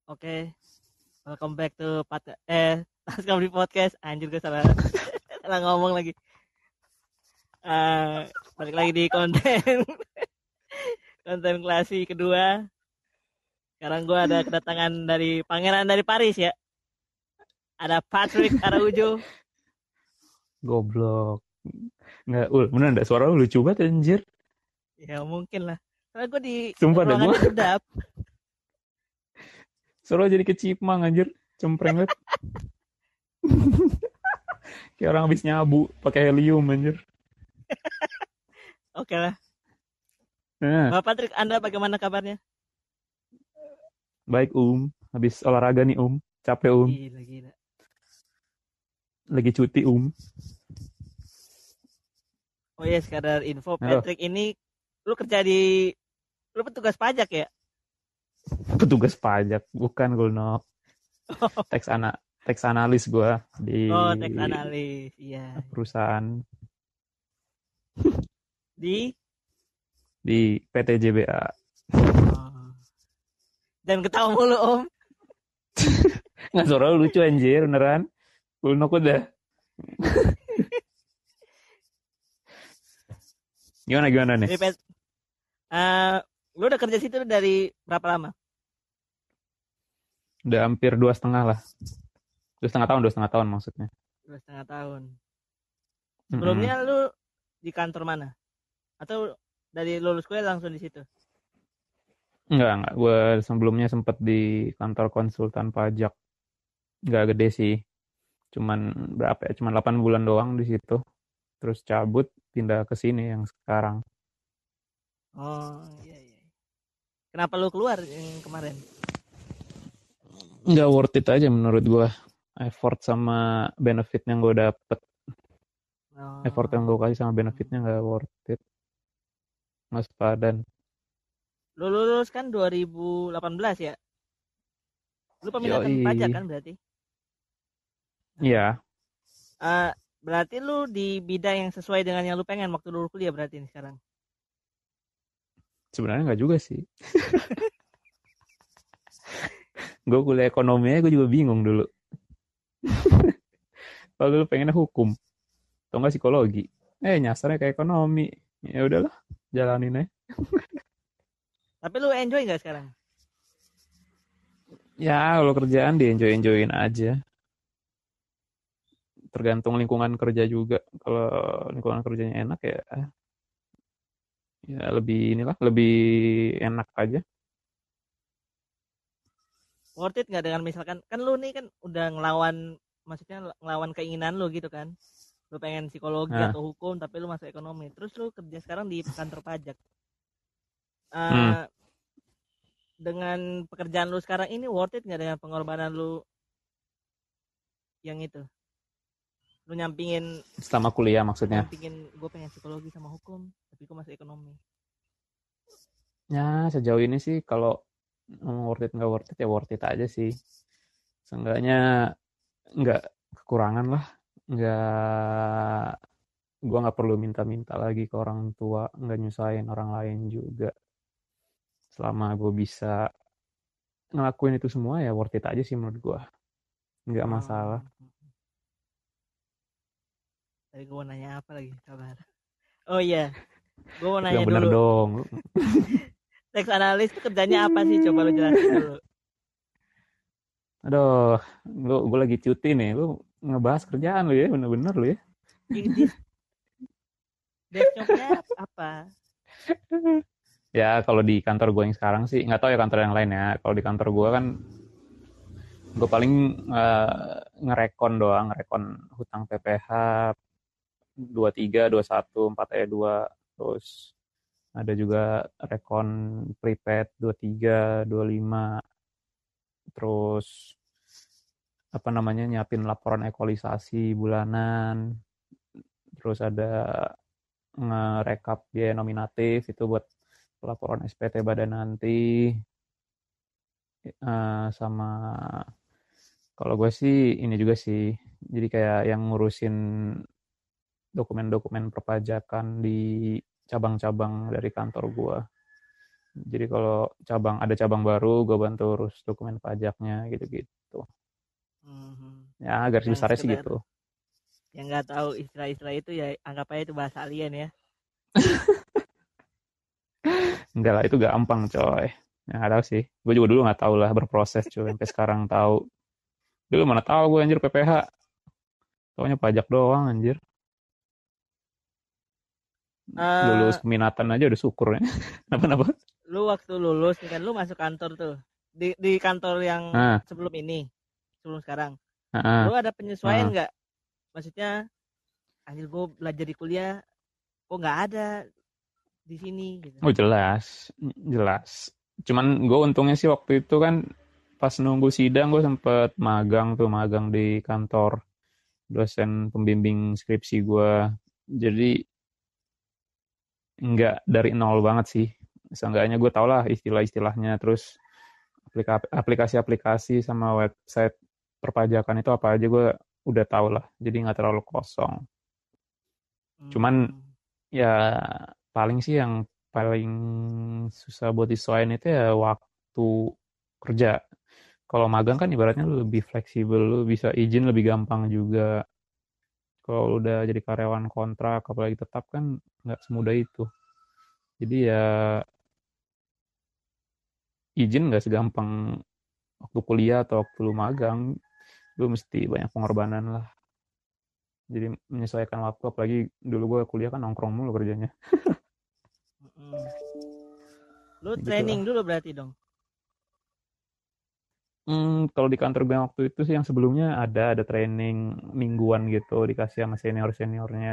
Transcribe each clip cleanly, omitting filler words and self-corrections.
Oke, welcome back to Taskam di podcast. Anjir gue salah salah ngomong lagi. Balik lagi di konten konten klasi kedua. Sekarang gue ada kedatangan dari pangeran dari Paris ya. Ada Patrick Araujo. Goblok. Nggak, bener enggak suara lu lucu banget anjir. Ya mungkin lah. Karena gue di Sumpah dah ruangan gua. sedap. Suara jadi kecipang anjir, cempreng banget. Kayak orang habis nyabu pakai helium anjir. Oke lah. Nah, Bapak Patrick, Anda bagaimana kabarnya? baik habis olahraga nih capek Gila. lagi cuti Oh iya, sekadar info, Halo. Patrick ini lu petugas pajak ya? Petugas pajak, bukan Gulno. Tax analis gua di Tax analis, iya. perusahaan Di PT JBA. Dan ketawa mulu Om. Nggak, suara lu lucu anjir, beneran. Gulno udah. Gimana nih? Lu udah kerja situ dari berapa lama? Udah hampir 2,5 lah. 2,5 tahun maksudnya. 2,5 tahun. Sebelumnya lu di kantor mana? Atau dari lulus kuliah langsung di situ? Enggak. Gue sebelumnya sempet di kantor konsultan pajak. Nggak gede sih. Cuman berapa ya? Cuman 8 bulan doang di situ. Terus cabut, pindah ke sini yang sekarang. Oh, iya. Kenapa lu keluar yang kemarin? Nggak worth it aja menurut gue. Effort sama benefit yang gue dapet. Effort yang gue kasih sama benefitnya nggak worth it. Mas Padan. Lu lulus kan 2018 ya? Lu peminatan pajak kan berarti? Iya. Berarti lu di bidang yang sesuai dengan yang lu pengen waktu lu kuliah berarti ini sekarang? Sebenarnya nggak juga sih. Gue kuliah ekonominya gue juga bingung dulu. Kalau dulu pengennya hukum atau nggak psikologi, nyasarnya kayak ekonomi. Ya udahlah, jalanin aja. Tapi lu enjoy nggak sekarang? Ya kalau kerjaan di enjoyin aja. Tergantung lingkungan kerja juga. Kalau lingkungan kerjanya enak ya lebih enak aja. Worth it nggak dengan misalkan kan lu nih kan udah ngelawan keinginan lu gitu kan? Lu pengen psikologi atau hukum tapi lu masuk ekonomi. Terus lu kerja sekarang di kantor pajak. Dengan pekerjaan lu sekarang ini worth it nggak dengan pengorbanan lu yang itu? Lu nyampingin selama kuliah maksudnya? Nyampingin gue pengen psikologi sama hukum tapi gue masuk ekonomi. Ya sejauh ini sih kalau worth it nggak worth it ya worth it aja sih. Seenggaknya nggak kekurangan lah, gue nggak perlu minta-minta lagi ke orang tua, nggak nyusahin orang lain juga. Selama gue bisa ngelakuin itu semua ya worth it aja sih menurut gue, nggak masalah. Tadi gue mau nanya apa lagi, kabar? Oh iya, gue mau nanya yang bener dulu dong. Tax analis itu kerjanya apa sih, coba lu jelasin dulu. Aduh, gue lagi cuti nih, lu ngebahas kerjaan lu ya, bener-bener lu ya. Desk jobnya apa? Ya kalau di kantor gue yang sekarang sih, nggak tahu ya kantor yang lain ya. Kalau di kantor gue kan, gue paling ngerekon hutang PPh 23, 21, 4E2, terus ada juga rekon prepaid 23, 25, terus nyiapin laporan ekualisasi bulanan, terus ada ngerekap biaya nominatif itu buat laporan SPT badan nanti, sama kalau gue sih ini juga sih, jadi kayak yang ngurusin dokumen-dokumen perpajakan di cabang-cabang dari kantor gue. Jadi kalau ada cabang baru, gue bantu urus dokumen pajaknya gitu-gitu. Mhm. Ya, garis Yang besarnya sih sekedar gitu. yang nggak tahu istilah-istilah itu ya anggap aja itu bahasa alien ya. Enggak lah, itu gampang coy. Ya, nggak tahu sih. Gue juga dulu nggak tahu lah berproses coy. Sampai sekarang tahu. Dulu mana tahu gue anjir PPH. Taunya pajak doang anjir. Lulus Eh, peminatan aja udah syukur ya. Kenapa-napa? lu waktu lulus nih kan lu masuk kantor tuh. Di kantor yang Nah, sebelum ini, sebelum sekarang. Lu nah, ada penyesuaian nah. nggak? Maksudnya anjir gue belajar di kuliah kok nggak ada di sini gitu. Oh jelas, jelas. Cuman gue untungnya sih waktu itu kan pas nunggu sidang gue sempet magang di kantor dosen pembimbing skripsi gue. Jadi nggak dari nol banget sih. Seenggaknya gue tau lah istilah-istilahnya. Terus aplikasi-aplikasi sama website perpajakan itu apa aja gue udah tau lah. Jadi nggak terlalu kosong. Cuman Hmm. ya paling sih yang paling susah buat disesuaikan itu ya waktu kerja. Kalau magang kan ibaratnya lu lebih fleksibel, lu bisa izin lebih gampang juga. Kalau lu udah jadi karyawan kontrak, apalagi tetap kan nggak semudah itu. Jadi ya izin nggak segampang waktu kuliah atau waktu lu magang. Lu mesti banyak pengorbanan lah. Jadi menyesuaikan waktu, apalagi dulu gue kuliah kan nongkrong mulu kerjanya. Mm-mm. Lu Gitulah. training dulu berarti dong. Kalau di kantor gue waktu itu sih yang sebelumnya ada training mingguan gitu dikasih sama senior-seniornya.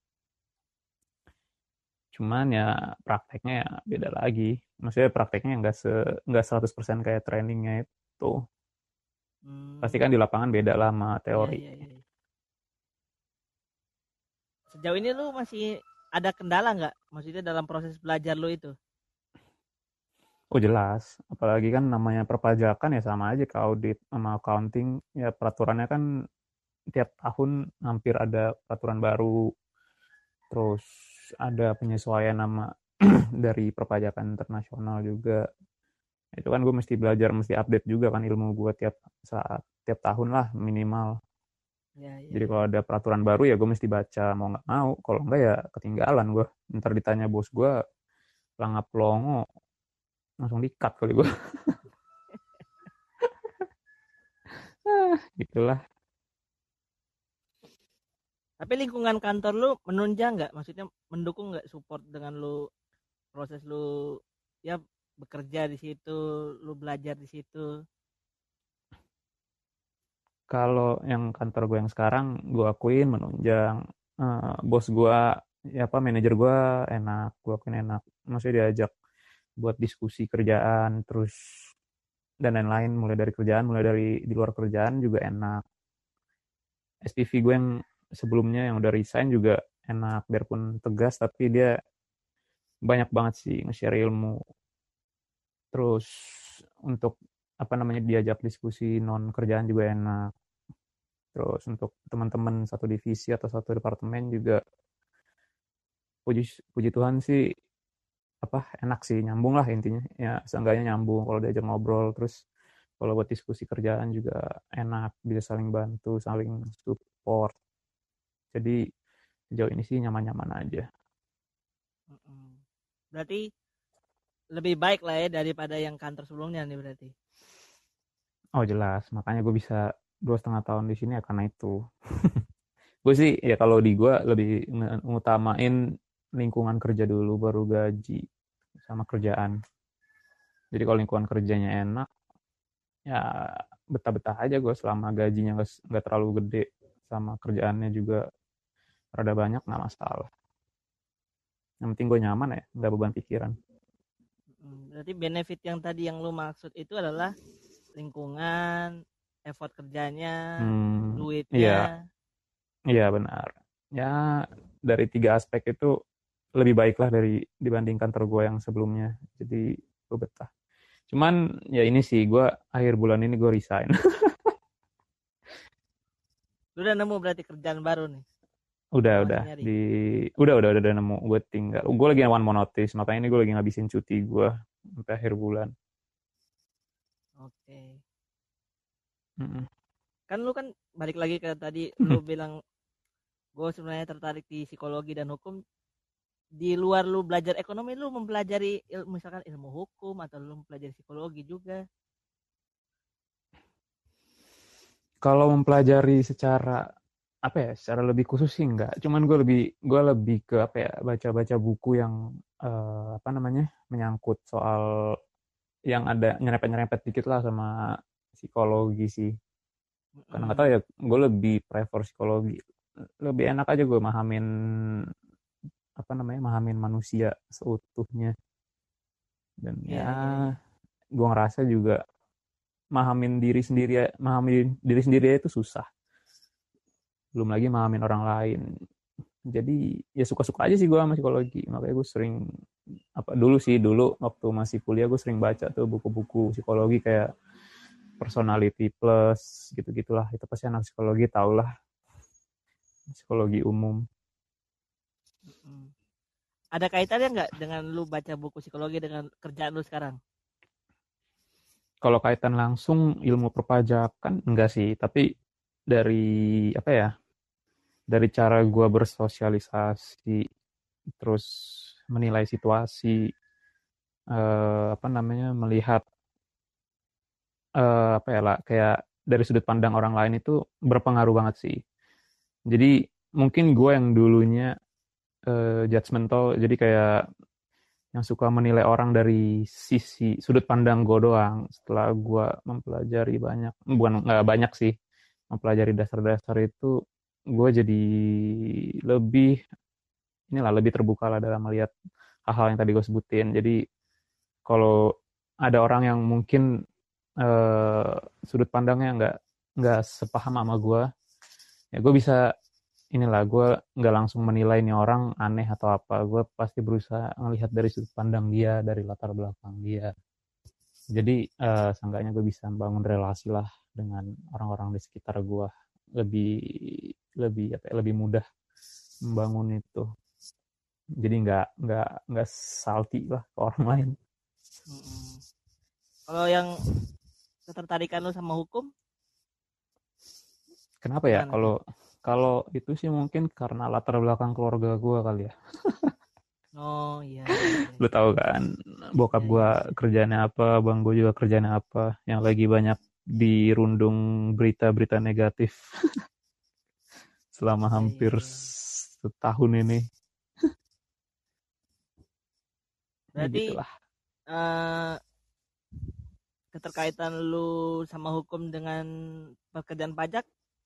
Cuman ya prakteknya ya beda lagi. Maksudnya prakteknya nggak 100% kayak trainingnya itu. Pasti Hmm. kan di lapangan beda lah sama Iya, teori. iya, iya. Sejauh ini lu masih ada kendala nggak? Maksudnya dalam proses belajar lu itu? Oh jelas, apalagi kan namanya perpajakan ya sama aja ke audit sama accounting. Ya peraturannya kan tiap tahun hampir ada peraturan baru. Terus ada penyesuaian nama dari perpajakan internasional juga. Itu kan gue mesti belajar, mesti update juga kan ilmu gue tiap tahun lah minimal. Iya, iya, Jadi iya. kalau ada peraturan baru ya gue mesti baca mau nggak mau. Kalau enggak ya ketinggalan gue. Ntar ditanya bos gue langap longo langsung di-cut kali gue. Gitulah. Tapi lingkungan kantor lu menunjang nggak? Maksudnya mendukung nggak support dengan lu proses lu ya bekerja di situ, lu belajar di situ. Kalau yang kantor gue yang sekarang gue akuin menunjang. Bos gue ya apa manajer gue enak, gue akuin enak. Maksudnya diajak buat diskusi kerjaan terus dan lain-lain mulai dari di luar kerjaan juga enak. SPV gue yang sebelumnya yang udah resign juga enak biarpun tegas tapi dia banyak banget sih nge-share ilmu. Terus untuk apa namanya diajak diskusi non kerjaan juga enak. Terus untuk teman-teman satu divisi atau satu departemen juga puji puji Tuhan sih apa enak sih nyambung lah intinya ya seenggaknya nyambung kalau diajak ngobrol terus kalau buat diskusi kerjaan juga enak bisa saling bantu saling support jadi sejauh ini sih nyaman-nyaman aja. Mm-mm. Berarti lebih baik lah ya daripada yang kantor sebelumnya nih berarti. Oh jelas makanya gue bisa 2,5 tahun di sini ya karena itu. Gue sih ya kalau di gue lebih ngutamain lingkungan kerja dulu baru gaji sama kerjaan. Jadi kalau lingkungan kerjanya enak ya betah-betah aja gue selama gajinya nggak terlalu gede sama kerjaannya juga rada banyak nggak masalah. Yang penting gue nyaman ya nggak beban pikiran. Berarti benefit yang tadi yang lu maksud itu adalah lingkungan, effort kerjanya, Iya, duitnya. iya benar. Ya dari 3 aspek itu lebih baik lah dibanding kantor gue yang sebelumnya. Jadi gue betah. Cuman ya ini sih gue akhir bulan ini gue resign. Lu udah nemu berarti kerjaan baru nih. udah Apa udah masih nyari? di udah nemu gue tinggal. Gue lagi one more notice makanya ini gue lagi ngabisin cuti gue. sampai akhir bulan. Oke. Mm-mm. Kan lu kan balik lagi ke tadi lu bilang gue sebenarnya tertarik di psikologi dan hukum. Di luar lu belajar ekonomi, lu mempelajari misalkan ilmu hukum atau lu mempelajari psikologi juga. Kalau mempelajari secara apa ya, secara lebih khusus sih enggak. Cuman gue lebih ke apa ya, baca-baca buku yang apa namanya, menyangkut soal yang ada nyerempet-nyerempet dikit lah sama psikologi sih. Karena nggak tahu Mm-mm. ya, gue lebih prefer psikologi. Lebih enak aja gue mahamin apa namanya, mahamin manusia seutuhnya. Dan Iya, ya iya, iya. gue ngerasa juga mahamin diri sendiri itu susah. Belum lagi mahamin orang lain. Jadi ya suka-suka aja sih gue sama psikologi. Makanya gue sering dulu waktu masih kuliah gue sering baca tuh buku-buku psikologi kayak Personality Plus gitu-gitulah. Itu pasti anak psikologi tau lah, psikologi umum. Mm-mm. Ada kaitannya nggak dengan lu baca buku psikologi dengan kerjaan lu sekarang? Kalau kaitan langsung ilmu perpajakan enggak sih, tapi dari apa ya? Dari cara gue bersosialisasi, terus menilai situasi, apa namanya, melihat apa ya lah, kayak dari sudut pandang orang lain itu berpengaruh banget sih. Jadi mungkin gue yang dulunya judgmental, jadi kayak yang suka menilai orang dari sisi sudut pandang gue doang. Setelah gue mempelajari banyak, bukan nggak banyak sih, mempelajari dasar-dasar itu, gue jadi lebih lebih terbuka lah dalam melihat hal-hal yang tadi gue sebutin. Jadi kalau ada orang yang mungkin eh, sudut pandangnya nggak sepaham sama gue, ya gue bisa gue nggak langsung menilai nih orang aneh atau apa. Gue pasti berusaha melihat dari sudut pandang dia, dari latar belakang dia. Jadi seenggaknya gue bisa membangun relasi lah dengan orang-orang di sekitar gue, lebih lebih apa ya, lebih mudah membangun itu. Jadi nggak salty lah ke orang lain. Mm-mm. Kalau yang ketertarikan lu sama hukum Kenapa ya? gimana tuh? Kalau kalau itu sih mungkin karena latar belakang keluarga gue kali ya. Oh, iya, iya, iya, Lu tahu kan, bokap iya, gue iya, iya. kerjanya apa, bang gue juga kerjanya apa, yang lagi banyak dirundung berita-berita negatif selama Iya, iya, hampir iya, iya. setahun ini. Ya Berarti gitulah. eh, keterkaitan lu sama hukum dengan pekerjaan pajak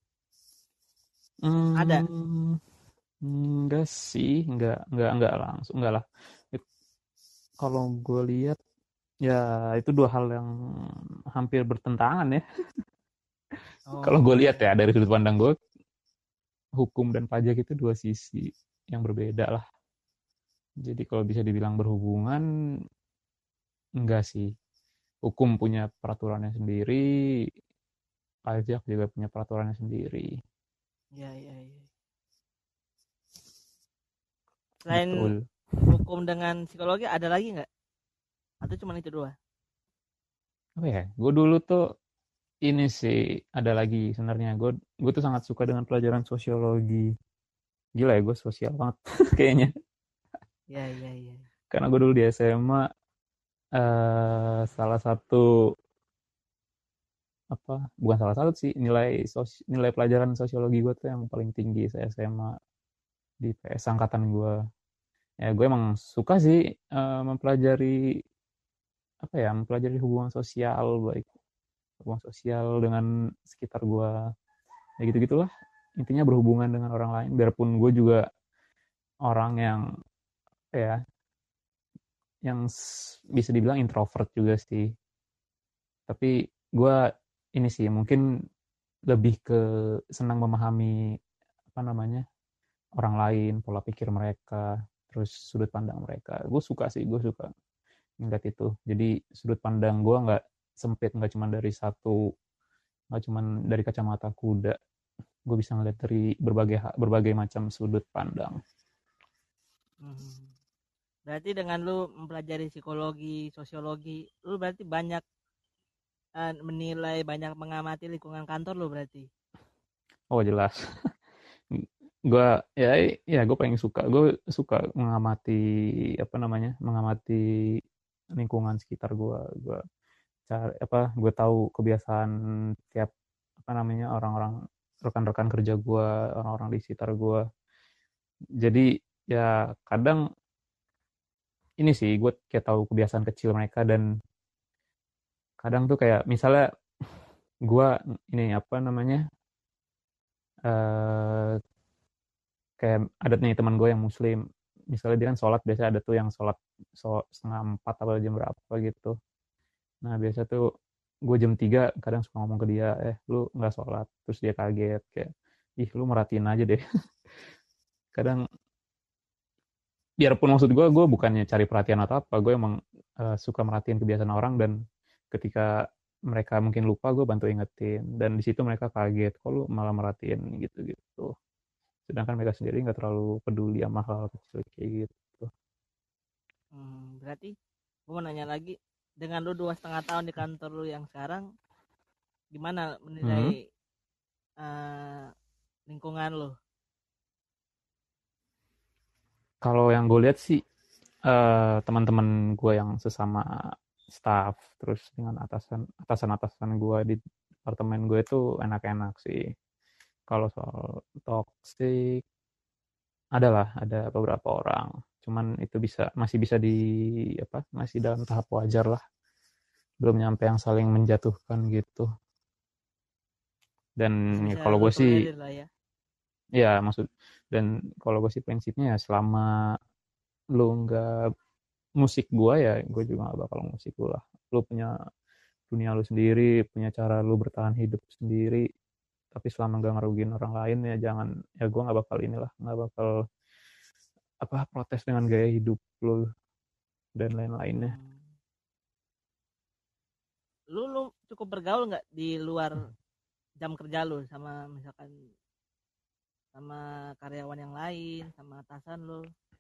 ada? Hmm, enggak sih, enggak langsung, enggak lah. Kalau gue lihat ya itu dua hal yang hampir bertentangan ya. Kalau gue lihat Oh, ya dari sudut pandang gue, hukum dan pajak itu dua sisi yang berbeda lah. Jadi kalau bisa dibilang berhubungan, enggak sih. Hukum punya peraturannya sendiri, pajak juga punya peraturannya sendiri. iya, iya, iya. Selain Betul. hukum dengan psikologi ada lagi nggak? Atau cuma itu dua? Apa ya? Gue dulu tuh ini sih ada lagi sebenarnya. Gue tuh sangat suka dengan pelajaran sosiologi. Gila ya, gue sosial banget kayaknya. Iya, iya, iya. Karena gue dulu di SMA salah satu apa? Bukan salah satu sih, nilai pelajaran sosiologi gue tuh yang paling tinggi se SMA di PS angkatan gue. Ya gue emang suka sih mempelajari apa ya, mempelajari hubungan sosial, baik hubungan sosial dengan sekitar gue, ya gitu gitulah, intinya berhubungan dengan orang lain. Biarpun gue juga orang yang apa ya, yang bisa dibilang introvert juga sih, tapi gue ini sih mungkin lebih ke senang memahami apa namanya, orang lain, pola pikir mereka, terus sudut pandang mereka. Gue suka ngeliat itu. Jadi sudut pandang gue nggak sempit, nggak cuma dari kacamata kuda. Gue bisa ngeliat dari berbagai macam sudut pandang. Hmm. Berarti dengan lu mempelajari psikologi, sosiologi, lu berarti banyak menilai, banyak mengamati lingkungan kantor lu berarti. Oh jelas. Gue ya ya gue paling suka, gue suka mengamati apa namanya, mengamati lingkungan sekitar gue cari apa, gue tahu kebiasaan tiap apa namanya orang-orang, rekan-rekan kerja gue, orang-orang di sekitar gue. Jadi ya kadang ini sih gue kayak tahu kebiasaan kecil mereka, dan kadang tuh kayak misalnya gue ini apa namanya, eh kayak ada nih teman gue yang muslim, misalnya dia kan sholat, biasa ada tuh yang sholat setengah empat atau jam berapa gitu. Nah biasa tuh gue jam 3 kadang suka ngomong ke dia, lu nggak sholat, terus dia kaget kayak, ih lu merhatiin aja deh. Kadang biarpun maksud gue bukannya cari perhatian atau apa, gue emang suka merhatiin kebiasaan orang, dan ketika mereka mungkin lupa gue bantu ingetin, dan di situ mereka kaget, kok lu malah merhatiin gitu-gitu, sedangkan mereka sendiri nggak terlalu peduli sama hal kecil kayak gitu. Berarti gue mau nanya lagi, dengan lu 2,5 tahun di kantor lu yang sekarang, gimana Hmm. menilai eh, lingkungan lu? Kalau yang gue lihat sih, teman-teman gue yang sesama staff, terus dengan atasan gue di departemen gue itu enak-enak sih. Kalau soal toxic, ada beberapa orang. Cuman itu masih bisa masih dalam tahap wajar lah. Belum nyampe yang saling menjatuhkan gitu. Dan Masih ya, bisa kalau lu gue sih, tolerir lah ya. ya maksud, dan kalau gue sih prinsipnya ya selama lu nggak musik gue, ya gue juga gak bakal musik lu lah. Lu punya dunia lu sendiri, punya cara lu bertahan hidup sendiri, tapi selama gak ngerugiin orang lain ya jangan, ya gue gak bakal inilah, gak bakal protes dengan gaya hidup lu dan lain-lainnya. Hmm. Lu cukup bergaul nggak di luar jam kerja lu, sama misalkan sama karyawan yang lain, sama atasan lu?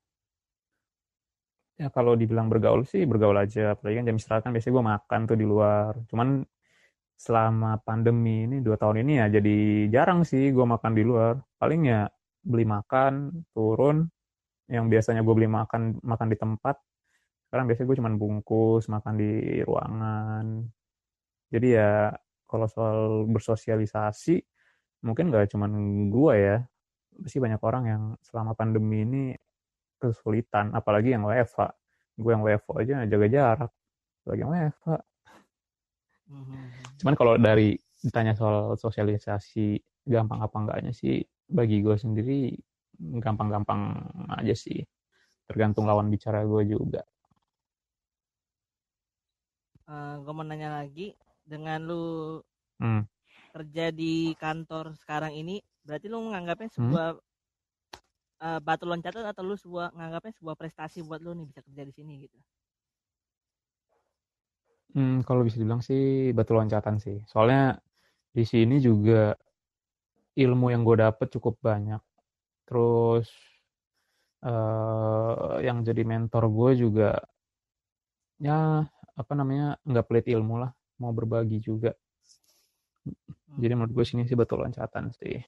Ya kalau dibilang bergaul sih bergaul aja, apalagi kan jam istirahat kan biasanya gue makan tuh di luar. Cuman selama pandemi ini 2 tahun ini ya jadi jarang sih gue makan di luar. Paling ya beli makan, turun, yang biasanya gue beli makan makan di tempat, sekarang biasanya gue cuma bungkus makan di ruangan. Jadi ya kalau soal bersosialisasi mungkin gak cuma gue ya, pasti banyak orang yang selama pandemi ini kesulitan, apalagi yang WFH. Gue yang WFH aja jaga jarak, lagi yang WFH. Hmm. Cuman kalau dari ditanya soal sosialisasi gampang apa enggaknya sih, bagi gue sendiri gampang-gampang aja sih, tergantung lawan bicara gue juga. Gue mau nanya lagi, dengan lu Hmm. kerja di kantor sekarang ini, berarti lu menganggapnya Hmm. sebuah batu loncatan, atau lu nganggapnya sebuah prestasi buat lu nih bisa kerja di sini gitu? Kalau bisa dibilang sih batu loncatan sih, soalnya di sini juga ilmu yang gue dapet cukup banyak. Terus yang jadi mentor gue juga ya apa namanya, nggak pelit ilmu lah, mau berbagi juga. Jadi menurut gue Hmm. sini sih betul loncatan sih.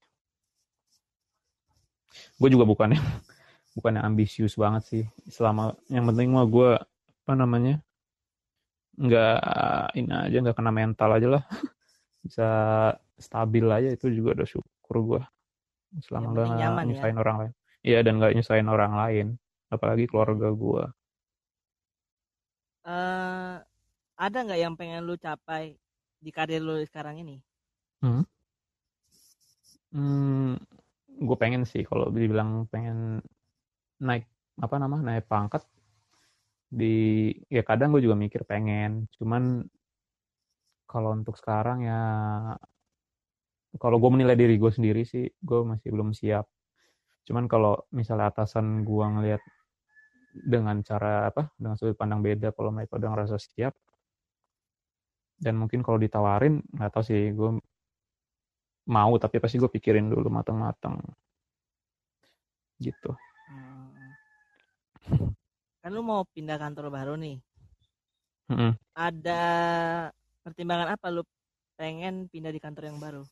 Gue juga bukannya ambisius banget sih. Selama yang penting mah gue apa namanya, nggak ini aja, nggak kena mental aja lah. Bisa stabil aja itu juga udah syukur gue. Selama Yang nggak penting nyaman ya. nyusahin orang lain. Iya, dan nggak nyusahin orang lain. Apalagi Iya, keluarga iya. gue. eh ada nggak yang pengen lu capai di karir lu sekarang ini? Hmm. Hmm, gue pengen sih kalau dibilang pengen naik naik pangkat di, ya kadang gue juga mikir pengen, cuman kalau untuk sekarang ya, kalau gue menilai diri gue sendiri sih gue masih belum siap. Cuman kalau misalnya atasan gue ngelihat dengan cara dengan sudut pandang beda, kalau mereka udah ngerasa siap, dan mungkin kalau ditawarin nggak tahu sih gue mau, tapi pasti gue pikirin dulu matang-matang gitu. Hmm. kan lu mau pindah kantor baru nih. Mm-mm. Ada pertimbangan apa lu pengen pindah di kantor yang baru?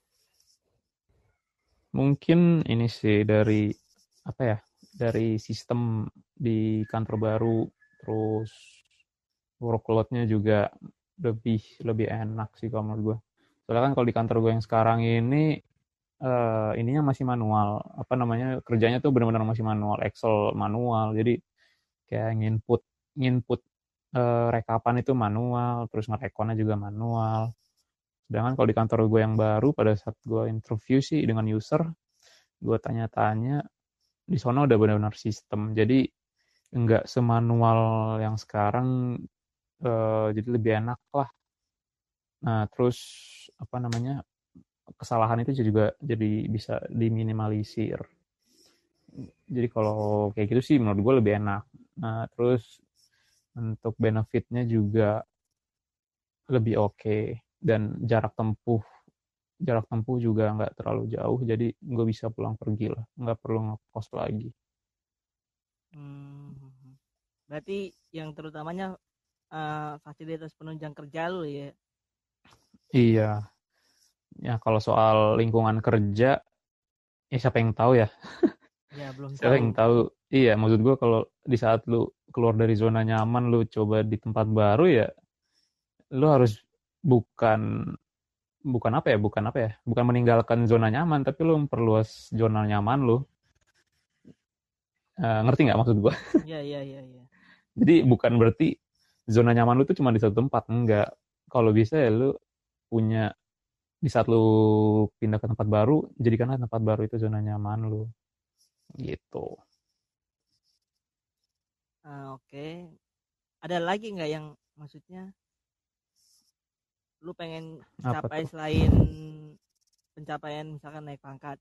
Mungkin ini sih dari apa ya? Dari sistem di kantor baru, terus workload-nya juga lebih lebih enak sih kalau menurut gue. Soalnya kan kalau di kantor gue yang sekarang ini ininya masih manual. Apa namanya? Kerjanya tuh benar-benar masih manual, Excel manual. Jadi kayak nginput nginput rekapan itu manual, terus ngerekonnya juga manual. Sedangkan kalau di kantor gue yang baru pada saat gue interview sih dengan user, gue tanya-tanya di sana udah benar-benar sistem. Jadi nggak semanual yang sekarang, jadi lebih enak lah. Nah, terus apa namanya? Kesalahan itu juga jadi bisa diminimalisir. Jadi kalau kayak gitu sih menurut gue lebih enak. Nah, terus untuk benefitnya juga lebih oke dan jarak tempuh juga nggak terlalu jauh, jadi gue bisa pulang pergi lah, nggak perlu ngekos lagi. Hmm, berarti yang terutamanya fasilitas penunjang kerja lu ya. Iya, ya kalau soal lingkungan kerja, ya siapa yang tahu ya, Ya belum siapa yang tahu. tahu. Iya, maksud gue kalau di saat lu keluar dari zona nyaman, lu coba di tempat baru ya, lu harus bukan bukan apa ya, bukan meninggalkan zona nyaman, tapi lu memperluas zona nyaman lu. Ngerti nggak maksud gue? Ya, ya, ya, ya. Jadi bukan berarti zona nyaman lu tuh cuma di satu tempat, enggak. Kalau bisa ya lu punya, di saat lu pindah ke tempat baru, jadikanlah tempat baru itu zona nyaman lu, gitu. Oke. Ada lagi nggak yang maksudnya lu pengen Apa capai tuh? selain pencapaian misalkan naik pangkat?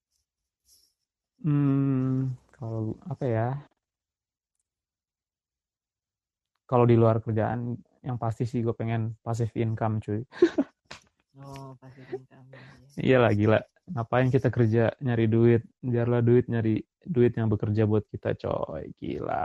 Kalau apa ya? Kalau di luar kerjaan, yang pasti sih gue pengen passive income, cuy. Oh, passive income ya, ya. Iyalah gila. Ngapain kita kerja nyari duit? Biarlah duit nyari duit yang bekerja buat kita, coy. Gila.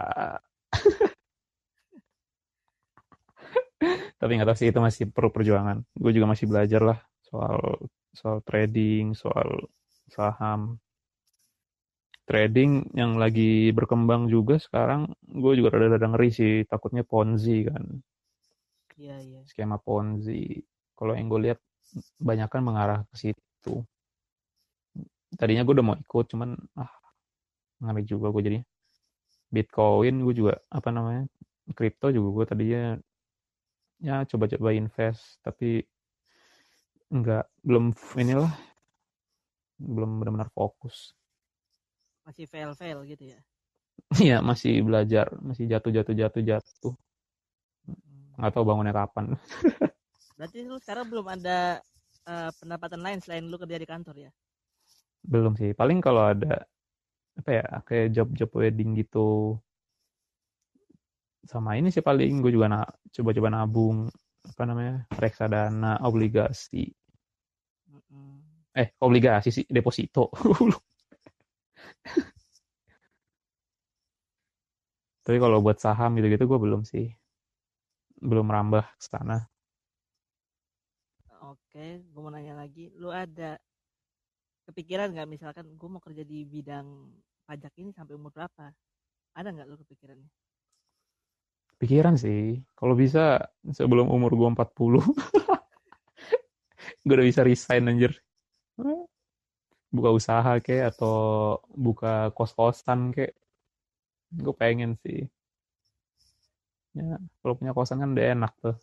Tapi nggak tahu sih, itu masih perlu perjuangan. Gue juga masih belajar lah soal soal trading, soal saham. Trading yang lagi berkembang juga sekarang, gue juga rada-rada ngeri sih, takutnya Ponzi kan, Iya, iya. skema Ponzi. Kalau yang gue lihat banyak kan mengarah ke situ. Tadinya gue udah mau ikut, cuman ngeri juga gue jadinya. Bitcoin gue juga apa namanya, kripto juga gue tadinya ya coba-coba invest, tapi belum inilah, belum benar-benar fokus. Masih fail-fail gitu ya. Iya masih belajar, masih jatuh, Mm-mm. nggak tahu bangunnya kapan. Berarti lu sekarang belum ada pendapatan lain selain lu kerja di kantor ya? Belum sih, paling kalau ada apa ya, kayak job-job wedding gitu, sama ini sih paling gue juga coba-coba nabung, apa namanya, reksadana, obligasi, Mm-mm. obligasi sih, deposito. Tapi kalau buat saham gitu-gitu gue belum sih, belum merambah ke sana. Oke, gue mau nanya lagi, lu ada kepikiran nggak misalkan gue mau kerja di bidang pajak ini sampai umur berapa? Ada nggak lu kepikirannya? Pikiran sih, kalau bisa sebelum umur gue 40, gue udah bisa resign anjir. Buka usaha kayak, atau buka kos-kosan kayak, gue pengen sih. Ya, kalau punya kosan kan udah enak tuh.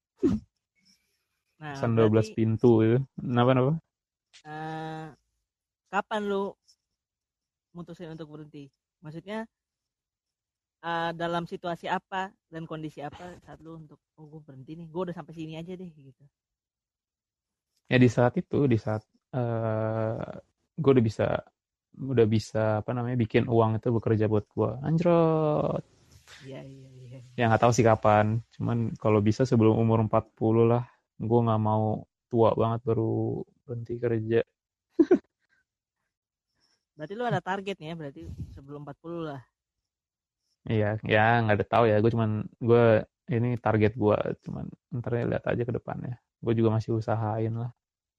Nah, Kosan 12 berarti pintu itu. Kenapa? eh, kapan lu mutusin untuk berhenti? Maksudnya dalam situasi apa dan kondisi apa saat lu untuk oh gue berhenti nih, gue udah sampai sini aja deh gitu. Ya di saat itu, di saat uh, gue udah bisa apa namanya, bikin uang itu bekerja buat gue. Anjrot. Iya, iya, iya. Ya nggak tahu sih kapan. Cuman kalau bisa sebelum umur 40 lah. Gue nggak mau tua banget baru berhenti kerja. Berarti lu ada target nih ya, berarti sebelum 40 lah. Iya, ya nggak ada tahu ya. Gue ini target gue, cuman ntar lihat aja ke depannya. Gue juga masih usahain lah.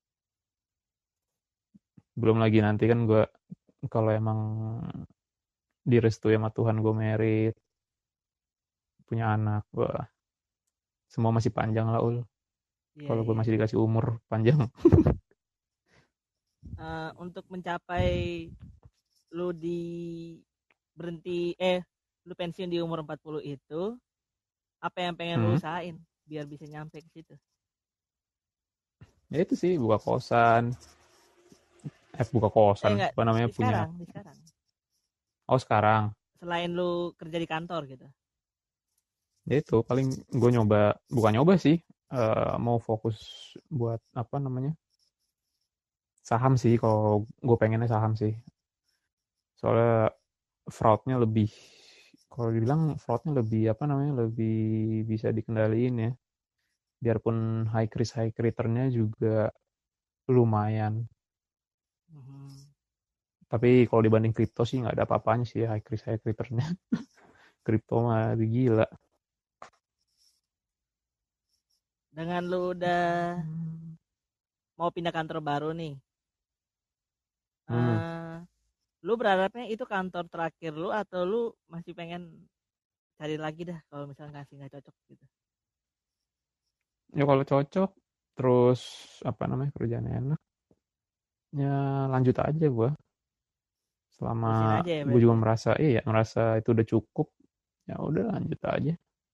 Belum lagi nanti kan gue kalau emang direstui sama Tuhan gue merit, punya anak, gue semua masih panjang lah ul. Iya, Kalau gue iya, masih iya. dikasih umur panjang. Untuk mencapai lu di berhenti lu pensiun di umur 40 itu, apa yang pengen lu Hmm. usahain biar bisa nyampe ke situ? Ya itu sih buka kosan, buka kosan, Enggak, apa namanya di punya. sekarang, di sekarang. Oh sekarang, Selain lu kerja di kantor gitu. ya itu paling gue bukan nyoba sih, mau fokus buat apa namanya saham sih. Kalau gue pengennya saham sih, soalnya fraudnya lebih, kalau dibilang fraudnya lebih apa namanya lebih bisa dikendaliin ya. Biarpun high returnnya juga lumayan. Mhm. Tapi kalau dibanding kripto sih nggak ada apa-apanya sih high returnnya. Kripto mah lebih gila. Dengan lu udah mau pindah kantor baru nih, Hmm. eh lu berharapnya itu kantor terakhir lu atau lu masih pengen cari lagi dah kalau misalnya nggak cocok gitu. Ya kalau cocok, terus apa namanya kerjaan enak, ya lanjut aja gue. Selama Terusin aja ya gue berarti juga ya. merasa itu udah cukup, ya udah lanjut aja.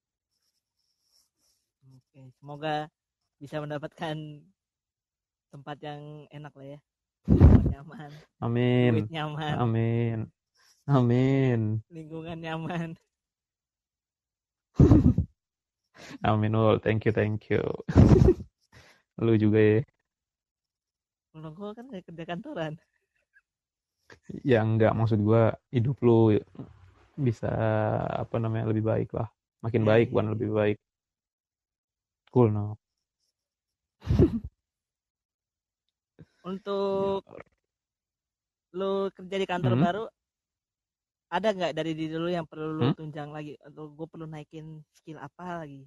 Oke, semoga bisa mendapatkan tempat yang enak lah ya, tempat nyaman, duit Amin, nyaman, amin, amin, lingkungan nyaman. amin. Oh, thank you, thank you. Lu juga ya. Menurut gua kan nggak kerja kantoran. Ya enggak, maksud gue hidup lu bisa apa namanya lebih baik lah. Makin Iya, baik, iya, bukan iya. lebih baik. Cool, no. Ya. Untuk lu kerja di kantor Hmm? baru, ada nggak dari diri lu yang perlu lu Hmm? tunjang lagi atau gue perlu naikin skill apa lagi?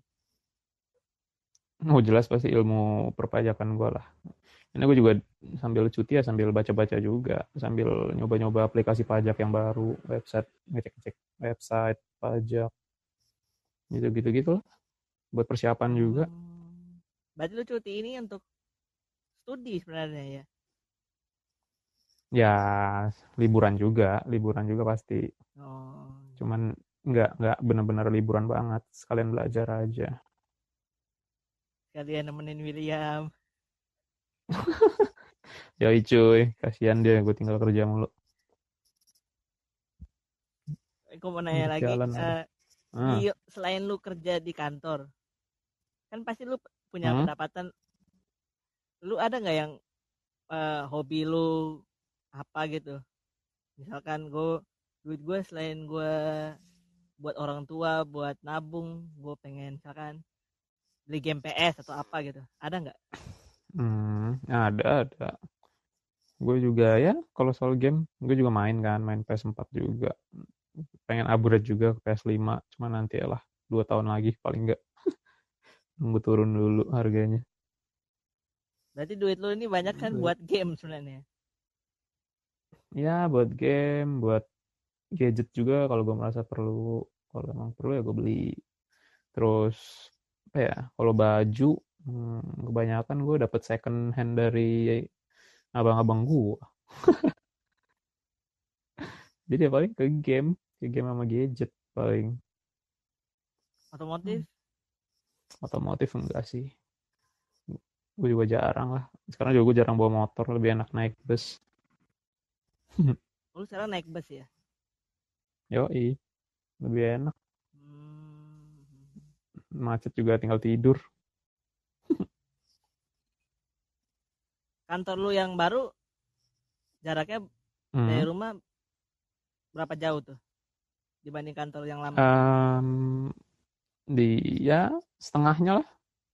Oh jelas pasti ilmu perpajakan gue lah. Ini gue juga sambil cuti ya sambil baca-baca juga, sambil nyoba-nyoba aplikasi pajak yang baru, website, ngecek-ngecek website pajak, gitu-gitu gitu lah. Buat persiapan juga. Hmm, berarti lu cuti ini untuk studi sebenarnya ya? Ya liburan juga pasti. Oh, Cuman nggak benar-benar liburan banget, sekalian belajar aja. kalian nemenin William. Yoi cuy, kasihan dia gue tinggal kerja mulu. Aku mau nanya Ngajak lagi, jalan lagi. di Ah. selain lu kerja di kantor, kan pasti lu punya Hmm? pendapatan. Lu ada nggak yang hobi lu apa gitu? Misalkan duit gue selain gue buat orang tua, buat nabung, gue pengen misalkan beli game PS atau apa gitu. Ada nggak? Ada. Gue juga ya, kalau soal game, gue juga main PS4 juga. Pengen upgrade juga ke PS5, cuma nanti ya lah, 2 tahun lagi paling nggak. Nunggu turun dulu harganya. Berarti duit lu ini banyak kan Duit. buat game sebenarnya. Ya, buat game, buat gadget juga kalau gue merasa perlu. Kalau emang perlu ya gue beli. Terus, apa ya, kalau baju, kebanyakan gue dapet second hand dari abang-abang gue. Jadi ya paling ke game sama gadget paling. Otomotif, Otomotif enggak sih. Gue juga jarang lah. Sekarang juga gue jarang bawa motor, lebih enak naik bus. lu sekarang naik bus ya? Yoi, lebih enak. Hmm. Macet juga tinggal tidur. Kantor lu yang baru jaraknya dari Hmm. rumah berapa jauh tuh dibanding kantor yang lama? Um, di ya setengahnya lah,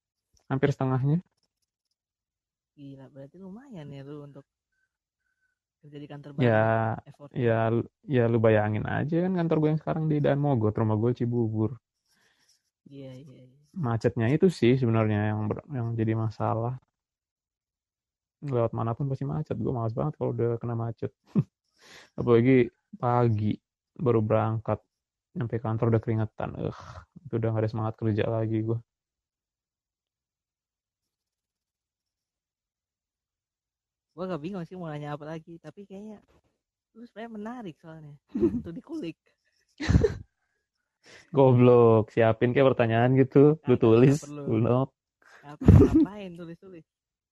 hampir setengahnya. Gila, berarti lumayan ya lu untuk kerja di kantor Ya, baru effortnya. ya lu bayangin aja kan kantor gue yang sekarang di Daan Mogot, rumah gue Cibubur. Iya, iya, iya. Macetnya itu sih sebenarnya yang jadi masalah. Lewat manapun pasti macet. Gue malas banget kalau udah kena macet. Apalagi pagi baru berangkat, nyampe kantor udah keringetan. Itu udah gak ada semangat kerja lagi gue. Gua gak bingung sih mau nanya apa lagi, tapi kayaknya lu sebenarnya menarik soalnya untuk dikulik. Goblok, siapin kayak pertanyaan gitu. Lu tulis, Kagak perlu. lu nok. Ngapain tulis-tulis?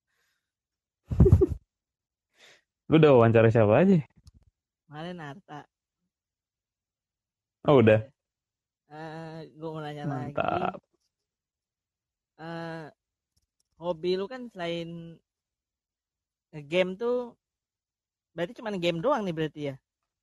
Lu udah wawancara siapa aja? Kemarin Arta. Oh udah, Udah. Gue mau nanya lagi. mantap. eh Hobi lu kan selain game tuh, berarti cuma game doang nih berarti ya?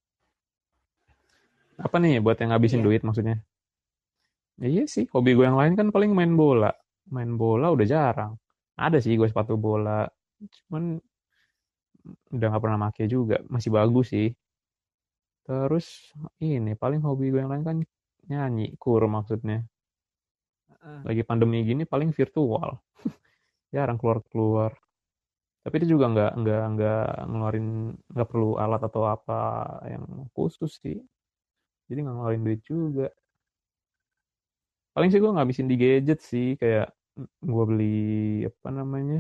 Apa nih buat yang ngabisin Iya. duit maksudnya? Ya, iya sih, hobi gue yang lain kan paling main bola. Main bola udah jarang. Ada sih gue sepatu bola. Cuman udah gak pernah make juga. Masih bagus sih. Terus ini paling hobi gue yang lain kan nyanyi, maksudnya. Heeh. Lagi pandemi gini paling virtual. Jarang keluar-keluar. Tapi itu juga nggak ngeluarin, nggak perlu alat atau apa yang khusus sih. Jadi nggak ngeluarin duit juga. Paling sih gue ngabisin di gadget sih, kayak gue beli apa namanya,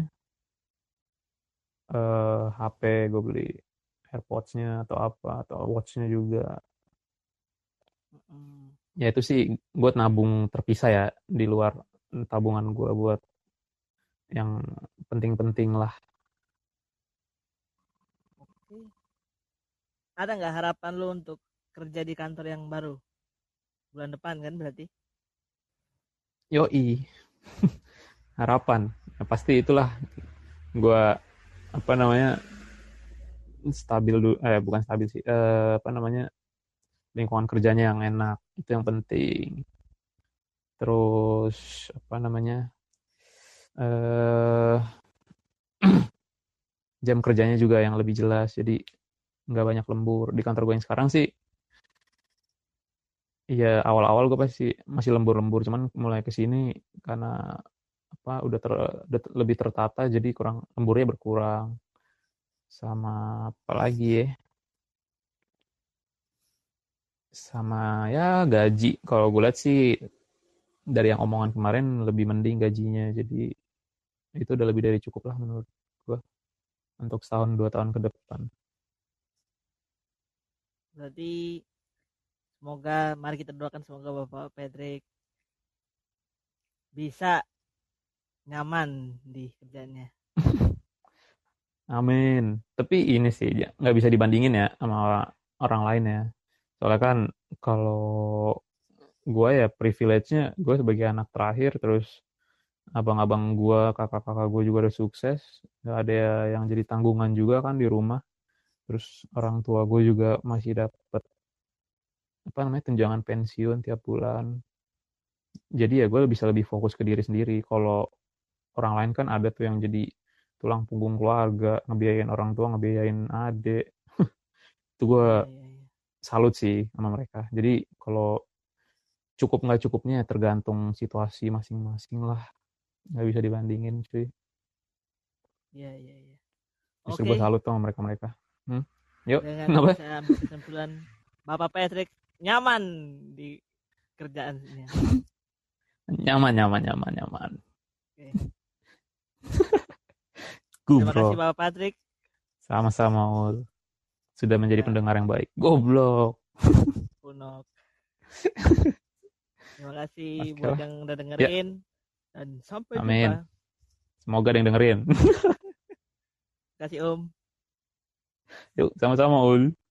HP, gue beli AirPods-nya atau apa, atau watch-nya juga. Heeh. Ya itu sih gue nabung terpisah ya, di luar tabungan gue buat yang penting-penting lah. Oke. Ada nggak harapan lu untuk kerja di kantor yang baru bulan depan kan berarti? Yoi, harapan. Ya, pasti itulah gue apa namanya, stabil dulu, bukan stabil sih, apa namanya, lingkungan kerjanya yang enak, itu yang penting. Terus apa namanya, eh jam kerjanya juga yang lebih jelas, jadi nggak banyak lembur. Di kantor gue yang sekarang sih, ya awal-awal gue pasti masih lembur-lembur, cuman mulai ke sini karena apa udah lebih tertata, jadi kurang lemburnya berkurang. Sama apa lagi ya, sama ya gaji, kalau gue lihat sih dari yang omongan kemarin lebih mending gajinya, jadi itu udah lebih dari cukup lah menurut gue untuk setahun 2 tahun ke depan. Berarti semoga, mari kita doakan semoga Bapak Patrick bisa nyaman di kerjanya. Amin. Tapi ini sih nggak bisa dibandingin ya sama orang lain ya. Soalnya kan kalau gue ya privilege-nya gue sebagai anak terakhir, terus abang-abang gue, kakak-kakak gue juga udah sukses. Gak ada yang jadi tanggungan juga kan di rumah. Terus orang tua gue juga masih dapat apa namanya, tunjangan pensiun tiap bulan. Jadi ya gue bisa lebih fokus ke diri sendiri. Kalau orang lain kan ada tuh yang jadi tulang punggung keluarga, ngebiayain orang tua, ngebiayain adik. Itu gue Iya, iya, iya. salut sih sama mereka. Jadi kalau cukup nggak cukupnya tergantung situasi masing-masing lah. Nggak bisa dibandingin cuy. Iya, iya, iya. Justru Oke, gue salut sama mereka-mereka. Yuk, dengan kenapa? bisa ambil kesimpulan Bapak Patrick nyaman di kerjaannya. Nyaman, nyaman, nyaman, nyaman. Oke. Terima kasih Goblok. Bapak Patrick. Sama-sama, Ul. Sudah menjadi Ya, pendengar yang baik. Goblok. Punok. Terima kasih Oke buat lah. yang udah Ya, dengerin dan sampai amin. jumpa. Semoga ada yang dengerin. Terima kasih Om. Yuk, sama-sama, Ul.